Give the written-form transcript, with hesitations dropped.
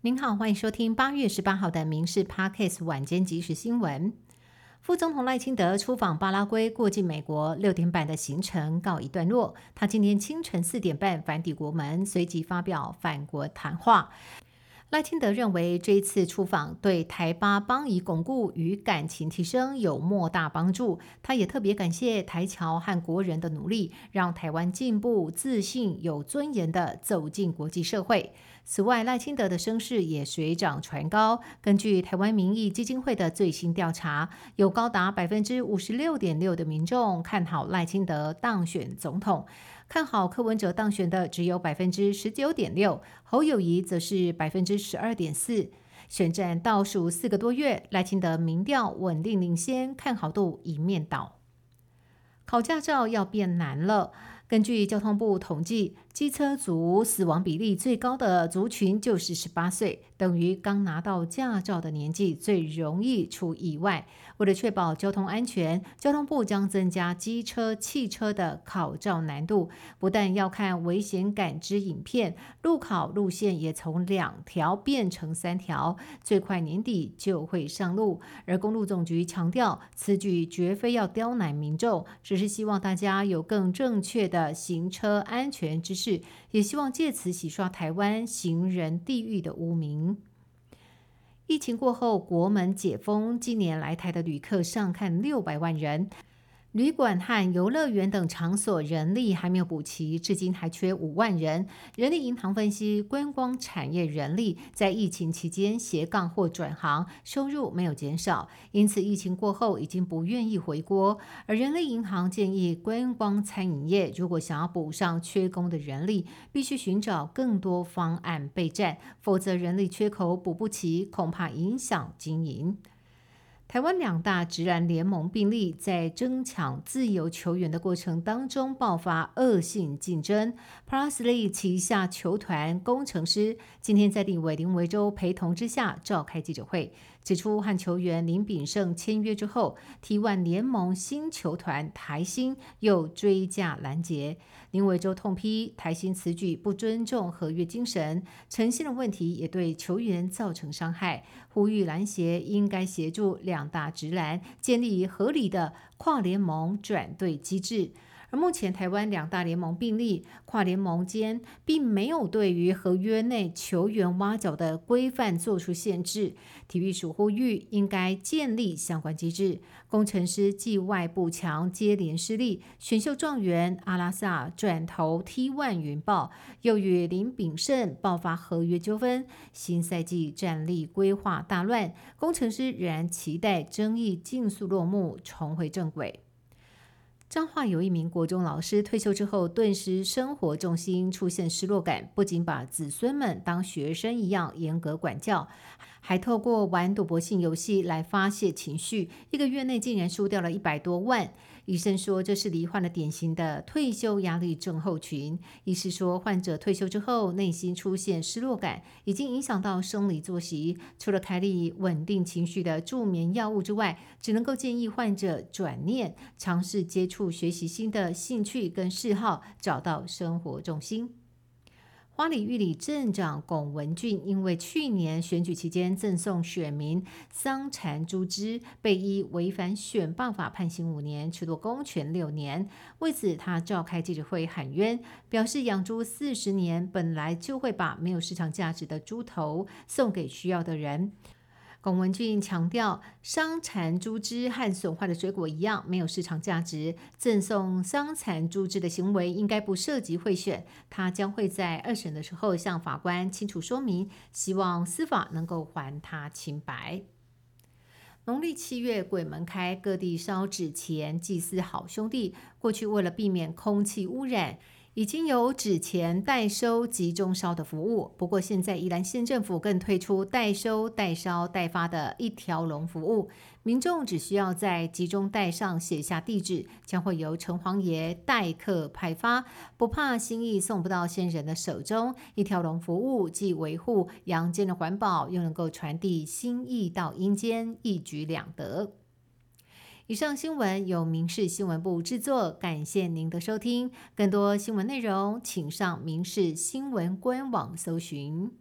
您好，欢迎收听8月18号的民事 Podcast 晚间即时新闻。副总统赖清德出访巴拉圭，过境美国6点半的行程告一段落。他今天清晨4点半返抵国门，随即发表返国谈话。赖清德认为，这一次出访对台巴邦谊巩固与感情提升有莫大帮助。他也特别感谢台侨和国人的努力，让台湾进步、自信、有尊严地走进国际社会。此外，赖清德的声势也水涨船高。根据台湾民意基金会的最新调查，有高达56.6%的民众看好赖清德当选总统。看好柯文哲当选的只有19.6%，侯友宜则是12.4%。选战倒数4个多月，赖清德民调稳定领先，看好度一面倒。考驾照要变难了。根据交通部统计，机车族死亡比例最高的族群就是18岁，等于刚拿到驾照的年纪，最容易出意外。为了确保交通安全，交通部将增加机车、汽车的考照难度，不但要看危险感知影片，路考路线也从2条变成3条，最快年底就会上路。而公路总局强调，此举绝非要刁难民众，只是希望大家有更正确的行车安全知识，也希望借此洗刷台湾行人地狱的污名。疫情过后，国门解封，今年来台的旅客上看600万人。旅馆和游乐园等场所人力还没有补齐，至今还缺5万人。人力银行分析，观光产业人力在疫情期间斜杠或转行，收入没有减少，因此疫情过后已经不愿意回国。而人力银行建议，观光餐饮业如果想要补上缺工的人力，必须寻找更多方案备战，否则人力缺口补不齐，恐怕影响经营。台湾2大职篮联盟并立，在争抢自由球员的过程当中爆发恶性竞争。Parsley 旗下球团工程师今天在立委林维洲陪同之下召开记者会，指出和球员林炳胜签约之后，T1联盟新球团台新又追价拦截。林维洲痛批台新此举不尊重合约精神，呈现的问题也对球员造成伤害，呼吁篮协应该协助2大职篮建立合理的跨联盟转队机制。而目前台湾2大联盟并立，跨联盟间并没有对于合约内球员挖角的规范做出限制。体育署呼吁应该建立相关机制。工程师继外部强接连失利，选秀状元阿拉萨转投 T1 云豹，又与林炳胜爆发合约纠纷，新赛季战力规划大乱。工程师仍然期待争议尽速落幕，重回正轨。彰化有一名国中老师退休之后，顿时生活重心出现失落感，不仅把子孙们当学生一样严格管教，还透过玩赌博性游戏来发泄情绪，1个月内竟然输掉了100多万。医生说这是罹患了典型的退休压力症候群。医师说，患者退休之后内心出现失落感，已经影响到生理作息，除了开立稳定情绪的助眠药物之外，只能够建议患者转念，尝试接触学习新的兴趣跟嗜好，找到生活重心。花莲玉里镇长龚文俊因为去年选举期间赠送选民桑蚕猪只，被依违反选罢法判刑5年，褫夺公权6年。为此，他召开记者会喊冤，表示养猪40年，本来就会把没有市场价值的猪头送给需要的人。龚文俊强调，伤残猪只和损坏的水果一样，没有市场价值。赠送伤残猪只的行为应该不涉及贿选，他将会在2审的时候向法官清楚说明，希望司法能够还他清白。农历7月鬼门开，各地烧纸钱祭祀好兄弟。过去为了避免空气污染，已经有纸钱代收集中烧的服务，不过现在宜兰县政府更推出代收、代烧、代发的一条龙服务，民众只需要在集中袋上写下地址，将会由城隍爷代客派发，不怕心意送不到先人的手中。一条龙服务既维护阳间的环保，又能够传递心意到阴间，一举两得。以上新闻由民事新闻部制作，感谢您的收听。更多新闻内容，请上民事新闻官网搜寻。